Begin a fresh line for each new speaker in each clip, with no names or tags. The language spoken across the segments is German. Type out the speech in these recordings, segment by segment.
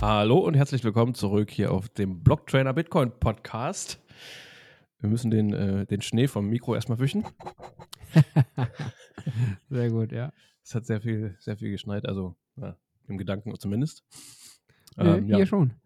Hallo und herzlich willkommen zurück hier auf dem Blocktrainer Bitcoin Podcast. Wir müssen den Schnee vom Mikro erstmal wischen.
Sehr gut, ja.
Es hat sehr viel geschneit, also ja, im Gedanken zumindest.
Nö,
Ja.
hier schon.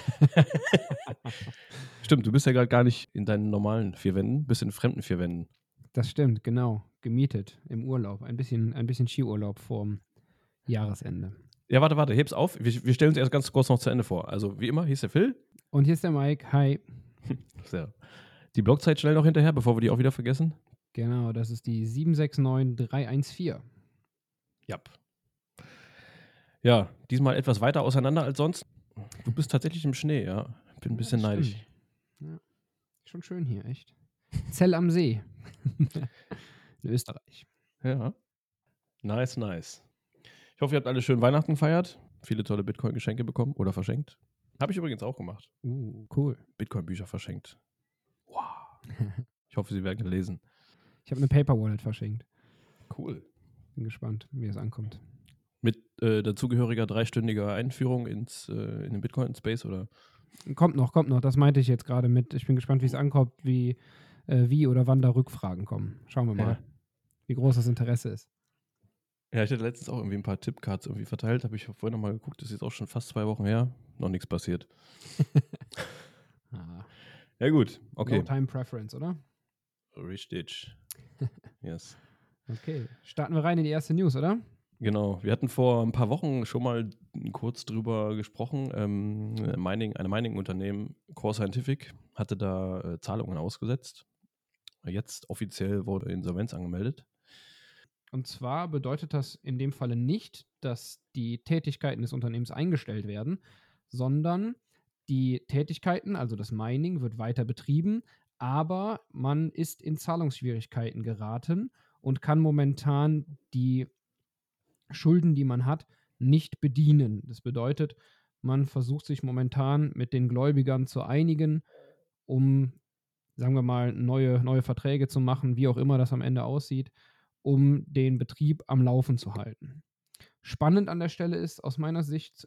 Stimmt, du bist ja gerade gar nicht in deinen normalen vier Wänden, bist in fremden vier Wänden.
Das stimmt, genau. Gemietet im Urlaub. Ein bisschen Skiurlaub vorm Jahresende.
Ja, warte, heb's auf. Wir stellen uns erst ganz kurz noch zu Ende vor. Also wie immer, hier ist der Phil.
Und hier ist der Mike. Hi.
So. Die Blockzeit schnell noch hinterher, bevor wir die auch wieder vergessen.
Genau, das ist die 769314.
Jap. Ja, diesmal etwas weiter auseinander als sonst. Du bist tatsächlich im Schnee, ja. Bin ein bisschen neidisch.
Ja, schon schön hier, echt. Zell am See. In Österreich.
Ja. Nice. Ich hoffe, ihr habt alle schön Weihnachten gefeiert. Viele tolle Bitcoin-Geschenke bekommen oder verschenkt. Habe ich übrigens auch gemacht.
Cool.
Bitcoin-Bücher verschenkt. Wow. Ich hoffe, sie werden gelesen.
Ich habe eine Paper-Wallet verschenkt.
Cool.
Bin gespannt, wie es ankommt.
Mit dazugehöriger 3-stündiger Einführung in den Bitcoin-Space, oder?
Kommt noch. Das meinte ich jetzt gerade mit. Ich bin gespannt, wie es ankommt, wie oder wann da Rückfragen kommen. Schauen wir mal, wie groß das Interesse ist.
Ja, ich hatte letztens auch irgendwie ein paar Tippcards irgendwie verteilt. Habe ich vorhin nochmal geguckt, das ist jetzt auch schon fast 2 Wochen her. Noch nichts passiert. Ja gut, okay.
No time preference, oder?
Richtig. Yes.
Okay, starten wir rein in die erste News, oder?
Genau, wir hatten vor ein paar Wochen schon mal kurz drüber gesprochen. Ein Mining-Unternehmen, Core Scientific, hatte da Zahlungen ausgesetzt. Jetzt offiziell wurde Insolvenz angemeldet.
Und zwar bedeutet das in dem Falle nicht, dass die Tätigkeiten des Unternehmens eingestellt werden, sondern die Tätigkeiten, also das Mining, wird weiter betrieben, aber man ist in Zahlungsschwierigkeiten geraten und kann momentan die Schulden, die man hat, nicht bedienen. Das bedeutet, man versucht sich momentan mit den Gläubigern zu einigen, um, sagen wir mal, neue Verträge zu machen, wie auch immer das am Ende aussieht, um den Betrieb am Laufen zu halten. Spannend an der Stelle ist aus meiner Sicht,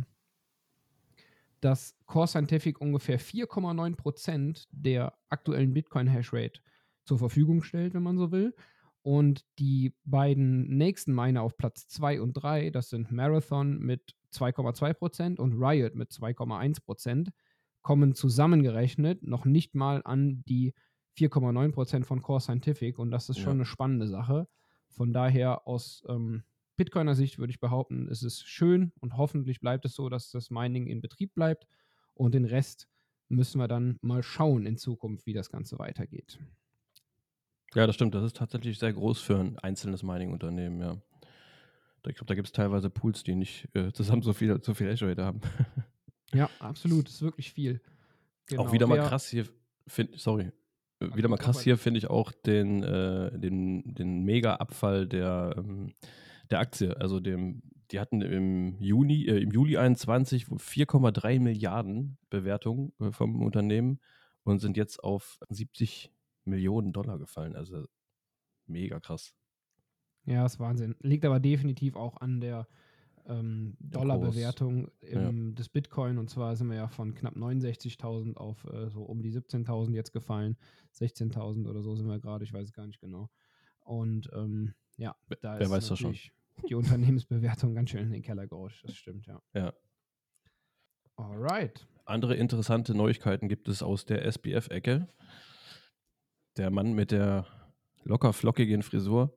dass Core Scientific ungefähr 4,9% der aktuellen Bitcoin-Hashrate zur Verfügung stellt, wenn man so will. Und die beiden nächsten Miner auf Platz 2 und 3, das sind Marathon mit 2,2% und Riot mit 2,1%, kommen zusammengerechnet noch nicht mal an die 4,9% von Core Scientific. Und das ist schon eine spannende Sache. Von daher aus Bitcoiner Sicht würde ich behaupten, es ist schön und hoffentlich bleibt es so, dass das Mining in Betrieb bleibt und den Rest müssen wir dann mal schauen in Zukunft, wie das Ganze weitergeht.
Ja, das stimmt. Das ist tatsächlich sehr groß für ein einzelnes Mining-Unternehmen, ja. Ich glaube, da gibt es teilweise Pools, die nicht zusammen so viel Hashrate haben.
Ja, absolut. Das ist wirklich viel. Genau.
Auch wieder mal krass hier, finde ich auch den Mega-Abfall der Aktie. Also die hatten im Juli 21 4,3 Milliarden Bewertung vom Unternehmen und sind jetzt auf 70 Millionen Dollar gefallen. Also mega krass.
Ja, das ist Wahnsinn. Liegt aber definitiv auch an der Dollarbewertung des Bitcoin. Und zwar sind wir ja von knapp 69.000 auf so um die 17.000 jetzt gefallen. 16.000 oder so sind wir gerade, ich weiß es gar nicht genau. Und ja, da
Wer
ist
weiß das schon.
natürlich die Unternehmensbewertung ganz schön in den Keller gerutscht. Das stimmt, ja.
Ja.
Alright.
Andere interessante Neuigkeiten gibt es aus der SBF-Ecke. Der Mann mit der locker flockigen Frisur.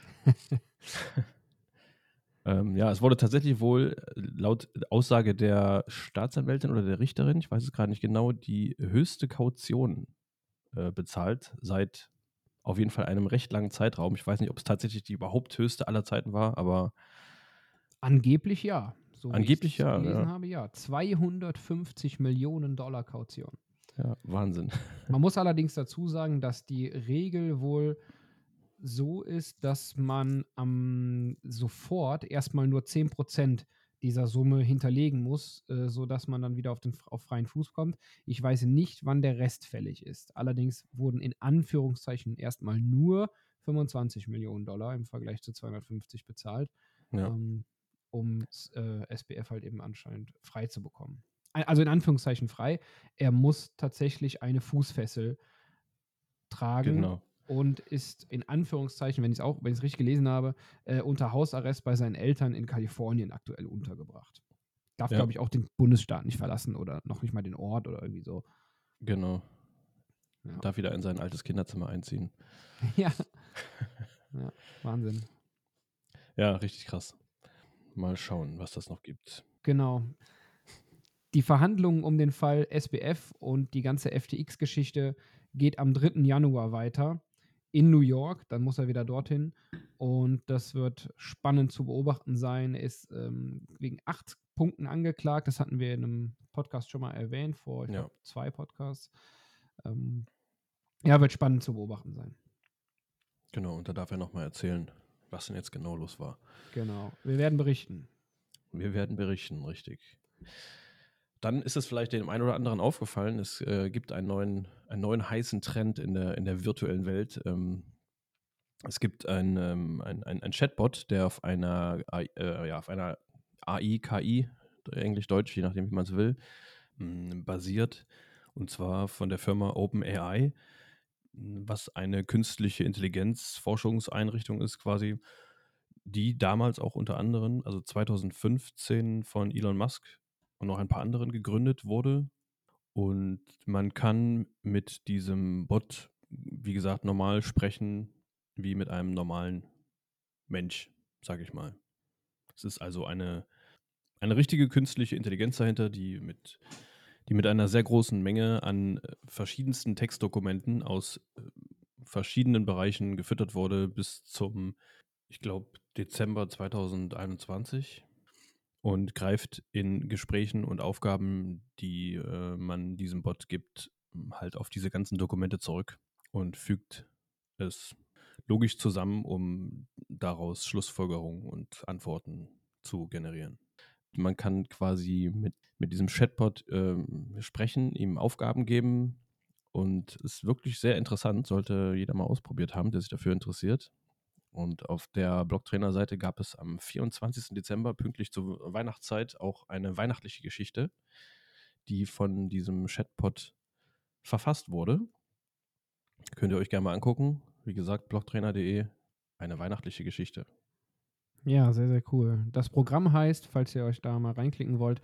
Ja, es wurde tatsächlich wohl laut Aussage der Staatsanwältin oder der Richterin, ich weiß es gerade nicht genau, die höchste Kaution bezahlt seit auf jeden Fall einem recht langen Zeitraum. Ich weiß nicht, ob es tatsächlich die überhaupt höchste aller Zeiten war, aber
angeblich ja. So
angeblich
wie ich
ja.
gelesen habe, ja. 250 Millionen Dollar Kaution.
Ja, Wahnsinn.
Man muss allerdings dazu sagen, dass die Regel wohl so ist, dass man sofort erstmal nur 10% dieser Summe hinterlegen muss, sodass man dann wieder auf freien Fuß kommt. Ich weiß nicht, wann der Rest fällig ist. Allerdings wurden in Anführungszeichen erstmal nur 25 Millionen Dollar im Vergleich zu 250 bezahlt.
Ja.
um SBF halt eben anscheinend frei zu bekommen. Also in Anführungszeichen frei. Er muss tatsächlich eine Fußfessel tragen
Genau.
und ist in Anführungszeichen, wenn ich es richtig gelesen habe, unter Hausarrest bei seinen Eltern in Kalifornien aktuell untergebracht. Darf,
Ja,
glaube ich, auch den Bundesstaat nicht verlassen oder noch nicht mal den Ort oder irgendwie so.
genau.
Ja,
Darf wieder in sein altes Kinderzimmer einziehen.
ja. Ja, Wahnsinn.
Ja, richtig krass. Mal schauen, was das noch gibt.
Genau. Die Verhandlungen um den Fall SBF und die ganze FTX-Geschichte geht am 3. Januar weiter in New York. Dann muss er wieder dorthin. Und das wird spannend zu beobachten sein. Er ist wegen 8 Punkten angeklagt. Das hatten wir in einem Podcast schon mal erwähnt, vor, ich
Ja,
glaube, 2 Podcasts. Ja, wird spannend zu beobachten sein.
genau. Und da darf er nochmal erzählen, was denn jetzt genau los war.
Genau. Wir werden berichten.
Wir werden berichten, richtig. Dann ist es vielleicht dem einen oder anderen aufgefallen, es gibt einen neuen heißen Trend in der virtuellen Welt. Es gibt ein Chatbot, der auf einer AI, KI, Englisch, Deutsch, je nachdem, wie man es will, basiert. Und zwar von der Firma OpenAI, was eine künstliche Intelligenz-Forschungseinrichtung ist quasi, die damals auch unter anderem, also 2015 von Elon Musk und noch ein paar anderen gegründet wurde. Und man kann mit diesem Bot, wie gesagt, normal sprechen, wie mit einem normalen Mensch, sage ich mal. Es ist also eine richtige künstliche Intelligenz dahinter, die mit einer sehr großen Menge an verschiedensten Textdokumenten aus verschiedenen Bereichen gefüttert wurde bis zum, ich glaube, Dezember 2021 und greift in Gesprächen und Aufgaben, die man diesem Bot gibt, halt auf diese ganzen Dokumente zurück und fügt es logisch zusammen, um daraus Schlussfolgerungen und Antworten zu generieren. Man kann quasi mit diesem Chatbot sprechen, ihm Aufgaben geben und es ist wirklich sehr interessant, sollte jeder mal ausprobiert haben, der sich dafür interessiert. Und auf der Blocktrainer-Seite gab es am 24. Dezember, pünktlich zur Weihnachtszeit, auch eine weihnachtliche Geschichte, die von diesem Chatbot verfasst wurde. Könnt ihr euch gerne mal angucken. Wie gesagt, blocktrainer.de, eine weihnachtliche Geschichte.
Ja, sehr, sehr cool. Das Programm heißt, falls ihr euch da mal reinklicken wollt,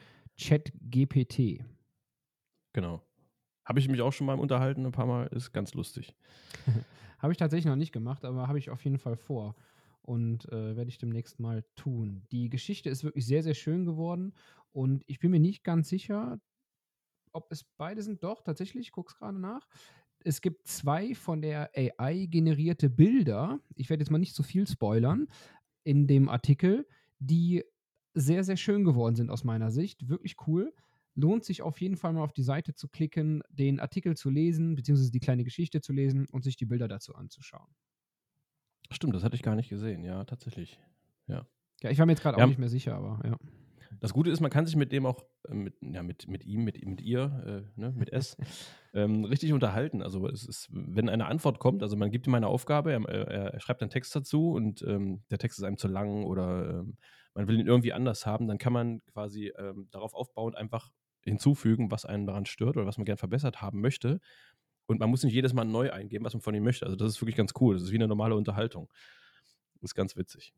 ChatGPT.
Genau. Habe ich mich auch schon mal unterhalten, ein paar Mal, ist ganz lustig.
Habe ich tatsächlich noch nicht gemacht, aber habe ich auf jeden Fall vor. Und werde ich demnächst mal tun. Die Geschichte ist wirklich sehr, sehr schön geworden. Und ich bin mir nicht ganz sicher, ob es beide sind. Doch, tatsächlich, ich gucke es gerade nach. Es gibt 2 von der AI generierte Bilder. Ich werde jetzt mal nicht zu viel spoilern in dem Artikel, die sehr, sehr schön geworden sind aus meiner Sicht. Wirklich cool. Lohnt sich auf jeden Fall mal auf die Seite zu klicken, den Artikel zu lesen, beziehungsweise die kleine Geschichte zu lesen und sich die Bilder dazu anzuschauen.
Stimmt, das hatte ich gar nicht gesehen. Ja, tatsächlich. Ja.
Ja, ich war mir jetzt gerade auch
Ja,
nicht mehr sicher, aber ja.
das Gute ist, man kann sich mit dem auch, mit ihm, mit ihr, ne, mit S, richtig unterhalten. Also es ist, wenn eine Antwort kommt, also man gibt ihm eine Aufgabe, er schreibt einen Text dazu und der Text ist einem zu lang oder man will ihn irgendwie anders haben, dann kann man quasi darauf aufbauend einfach hinzufügen, was einen daran stört oder was man gern verbessert haben möchte. Und man muss nicht jedes Mal neu eingeben, was man von ihm möchte. Also das ist wirklich ganz cool. Das ist wie eine normale Unterhaltung. Das ist ganz witzig.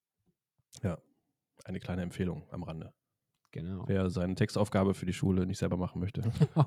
Ja, eine kleine Empfehlung am Rande.
Genau.
Wer seine Textaufgabe für die Schule nicht selber machen möchte.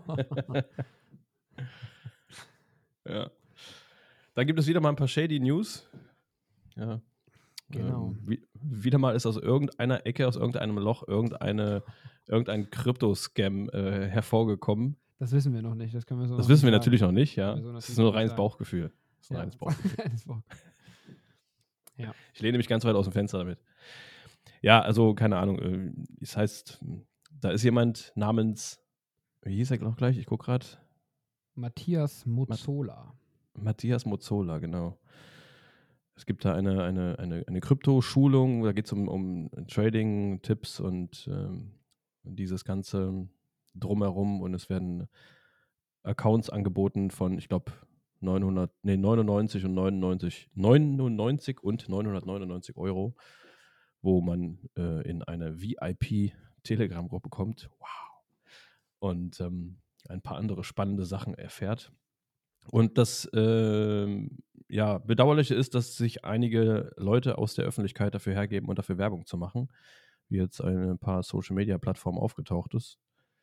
Ja. Dann gibt es wieder mal ein paar shady News. Ja.
Genau.
Wieder mal ist aus irgendeiner Ecke, aus irgendeinem Loch, irgendein Krypto-Scam hervorgekommen.
Das wissen wir noch nicht. Das können wir so
Das
noch
wissen
nicht
wir
sagen.
natürlich noch nicht,
Können
ja.
wir so
Das ist
natürlich
nur
noch nicht
reines
sagen.
Bauchgefühl. Das ist ein
Ja.
reines Bauchgefühl.
Reines Bauchgefühl. Ja.
Ich lehne mich ganz weit aus dem Fenster damit. Ja, also keine Ahnung. Es heißt, da ist jemand namens, wie hieß er noch gleich? Ich gucke gerade.
Matthias Mozzola.
Matthias Mozzola, genau. Es gibt da eine Krypto-Schulung, da geht es um Trading-Tipps und dieses ganze Drumherum und es werden Accounts angeboten von, ich glaube, 99 und 99 und 999 Euro wo man in eine VIP-Telegram-Gruppe kommt. Wow. Und ein paar andere spannende Sachen erfährt. Und das Bedauerliche ist, dass sich einige Leute aus der Öffentlichkeit dafür hergeben und dafür Werbung zu machen, wie jetzt ein paar Social-Media-Plattformen aufgetaucht ist.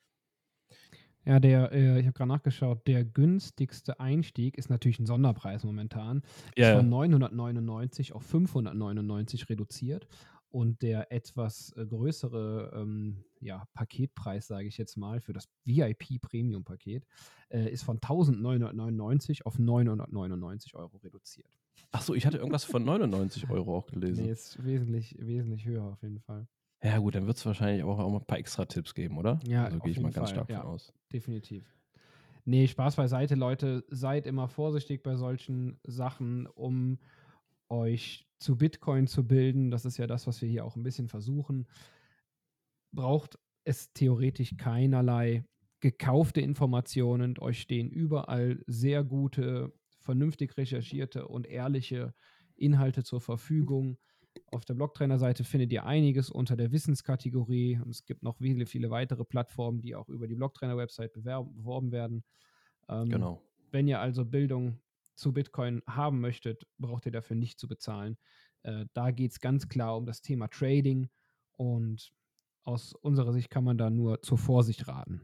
Ja, ich habe gerade nachgeschaut, der günstigste Einstieg ist natürlich ein Sonderpreis momentan, ist
Ja,
von 999 auf 599 reduziert und der etwas größere Paketpreis, sage ich jetzt mal, für das VIP-Premium-Paket ist von 1999 auf 999 Euro reduziert.
ach so, ich hatte irgendwas von 99 Euro auch
Nee,
gelesen.
ist wesentlich, wesentlich höher auf jeden Mal.
Ja gut, dann wird es wahrscheinlich auch ein paar extra Tipps geben, oder?
Ja,
Also gehe
auf
ich mal
jeden
ganz
Fall,
stark von
ja,
aus.
definitiv. Nee, Spaß beiseite, Leute. Seid immer vorsichtig bei solchen Sachen, um euch zu Bitcoin zu bilden. Das ist ja das, was wir hier auch ein bisschen versuchen. Braucht es theoretisch keinerlei gekaufte Informationen. Euch stehen überall sehr gute, vernünftig recherchierte und ehrliche Inhalte zur Verfügung. Auf der Blocktrainer-Seite findet ihr einiges unter der Wissenskategorie und es gibt noch viele, viele weitere Plattformen, die auch über die Blocktrainer-Website beworben werden. Ähm,
Genau.
Wenn ihr also Bildung zu Bitcoin haben möchtet, braucht ihr dafür nicht zu bezahlen. Da geht es ganz klar um das Thema Trading und aus unserer Sicht kann man da nur zur Vorsicht raten.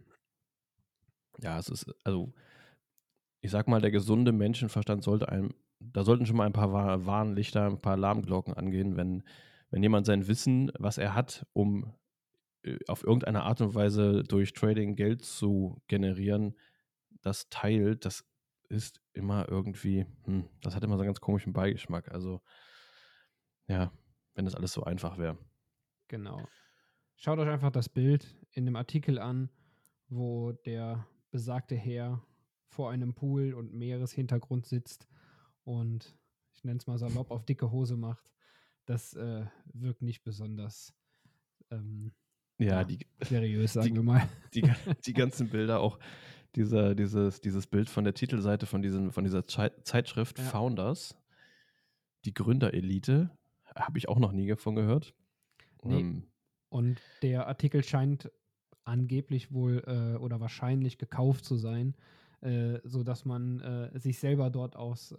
Ja, es ist, also ich sag mal, der gesunde Menschenverstand sollte da sollten schon mal ein paar Warnlichter, ein paar Alarmglocken angehen, wenn jemand sein Wissen, was er hat, um auf irgendeine Art und Weise durch Trading Geld zu generieren, das teilt, das ist immer irgendwie, das hat immer so einen ganz komischen Beigeschmack. Also, ja, wenn das alles so einfach wäre.
Genau. Schaut euch einfach das Bild in dem Artikel an, wo der besagte Herr vor einem Pool und Meereshintergrund sitzt und ich nenne es mal salopp auf dicke Hose macht. Das wirkt nicht besonders ähm,
Ja,
ja, seriös, sagen
die,
wir mal.
die ganzen Bilder, auch dieses Bild von der Titelseite von dieser Zeitschrift
Ja.
Founders, die Gründerelite, habe ich auch noch nie davon gehört.
Nee. Und der Artikel scheint angeblich wohl oder wahrscheinlich gekauft zu sein, sodass man sich selber dort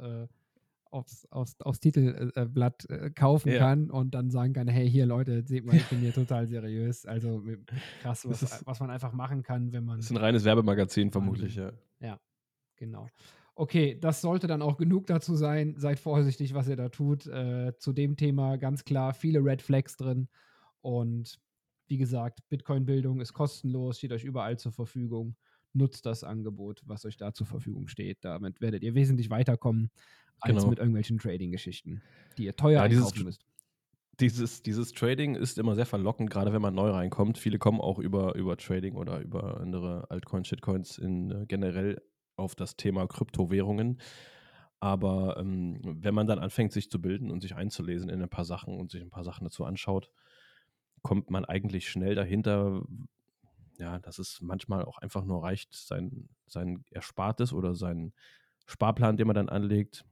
aufs Titelblatt kaufen
Ja,
kann und dann sagen kann, hey, hier Leute, seht mal, ich bin hier total seriös. Also krass,
das ist,
was man einfach machen kann, wenn man
ist ein reines Werbemagazin vermutlich,
Wahnsinn.
ja.
Ja, genau. Okay, das sollte dann auch genug dazu sein. Seid vorsichtig, was ihr da tut. Zu dem Thema ganz klar viele Red Flags drin. Und wie gesagt, Bitcoin-Bildung ist kostenlos, steht euch überall zur Verfügung. Nutzt das Angebot, was euch da zur Verfügung steht. Damit werdet ihr wesentlich weiterkommen als
Genau.
mit irgendwelchen Trading-Geschichten, die ihr teuer
Ja,
einkaufen müsst.
dieses Trading ist immer sehr verlockend, gerade wenn man neu reinkommt. Viele kommen auch über Trading oder über andere Altcoins, Shitcoins generell auf das Thema Kryptowährungen. Aber wenn man dann anfängt, sich zu bilden und sich einzulesen in ein paar Sachen und sich ein paar Sachen dazu anschaut, kommt man eigentlich schnell dahinter, ja, dass es manchmal auch einfach nur reicht, sein Erspartes oder seinen Sparplan, den man dann anlegt,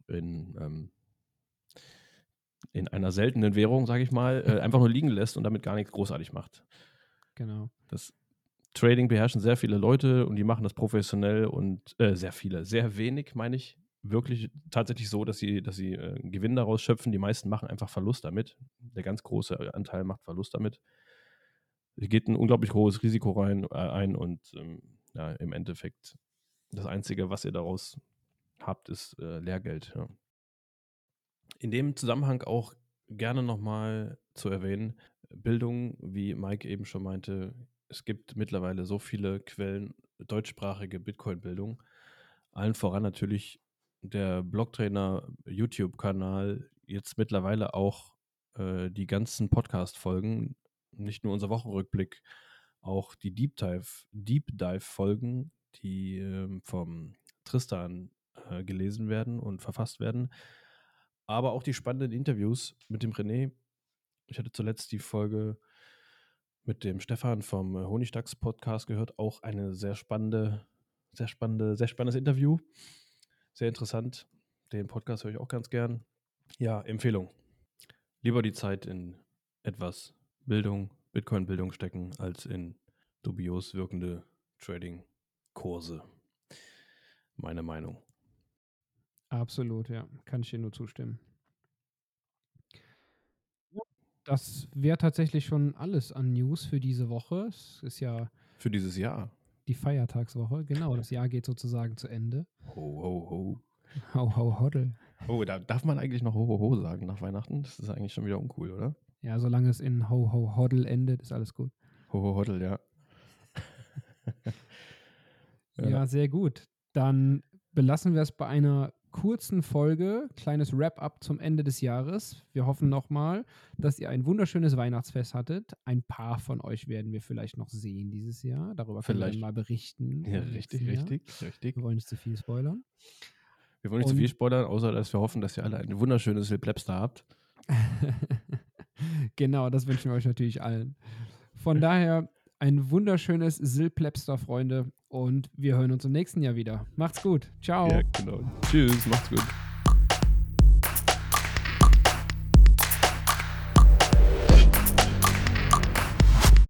in einer seltenen Währung, sage ich mal, einfach nur liegen lässt und damit gar nichts großartig macht.
Genau.
Das Trading beherrschen sehr viele Leute und die machen das professionell und sehr viele. Sehr wenig, meine ich, wirklich tatsächlich so, dass sie Gewinn daraus schöpfen. Die meisten machen einfach Verlust damit. Der ganz große Anteil macht Verlust damit. Es geht ein unglaublich hohes Risiko ein und ja, im Endeffekt das Einzige, was ihr daraus habt, ist Lehrgeld. Ja. In dem Zusammenhang auch gerne nochmal zu erwähnen, Bildung, wie Mike eben schon meinte, es gibt mittlerweile so viele Quellen, deutschsprachige Bitcoin-Bildung. Allen voran natürlich der Blocktrainer YouTube-Kanal, jetzt mittlerweile auch die ganzen Podcast-Folgen, nicht nur unser Wochenrückblick, auch die Deep Dive-Folgen, die vom Tristan gelesen werden und verfasst werden. Aber auch die spannenden Interviews mit dem René. Ich hatte zuletzt die Folge mit dem Stefan vom Honigdachs-Podcast gehört. Auch eine sehr spannendes Interview. Sehr interessant. Den Podcast höre ich auch ganz gern. Ja, Empfehlung. Lieber die Zeit in etwas Bitcoin-Bildung stecken, als in dubios wirkende Trading-Kurse. Meine Meinung.
Absolut, ja. Kann ich dir nur zustimmen. Ja, das wäre tatsächlich schon alles an News für diese Woche. Es ist ja
Für dieses Jahr.
die Feiertagswoche. Genau, das Jahr geht sozusagen zu Ende.
Ho, ho, ho.
Ho, ho, hoddle.
Oh, da darf man eigentlich noch ho, ho, ho sagen nach Weihnachten? Das ist eigentlich schon wieder uncool, oder?
Ja, solange es in ho, ho, hoddle endet, ist alles gut.
Ho, ho, hoddle, ja.
Ja, sehr gut. Dann belassen wir es bei einer kurzen Folge, kleines Wrap-up zum Ende des Jahres. Wir hoffen nochmal, dass ihr ein wunderschönes Weihnachtsfest hattet. Ein paar von euch werden wir vielleicht noch sehen dieses Jahr. Darüber können wir dann
Vielleicht.
mal berichten.
Ja,
im
richtig,
nächsten Jahr.
richtig.
Wir wollen nicht zu viel spoilern.
Wir wollen nicht zu viel spoilern, außer dass wir hoffen, dass ihr alle ein wunderschönes Silplebster habt.
Genau, das wünschen wir euch natürlich allen. Von daher ein wunderschönes Silplebster, Freunde. Und wir hören uns im nächsten Jahr wieder. Macht's gut. Ciao.
Ja, genau. Tschüss, macht's gut.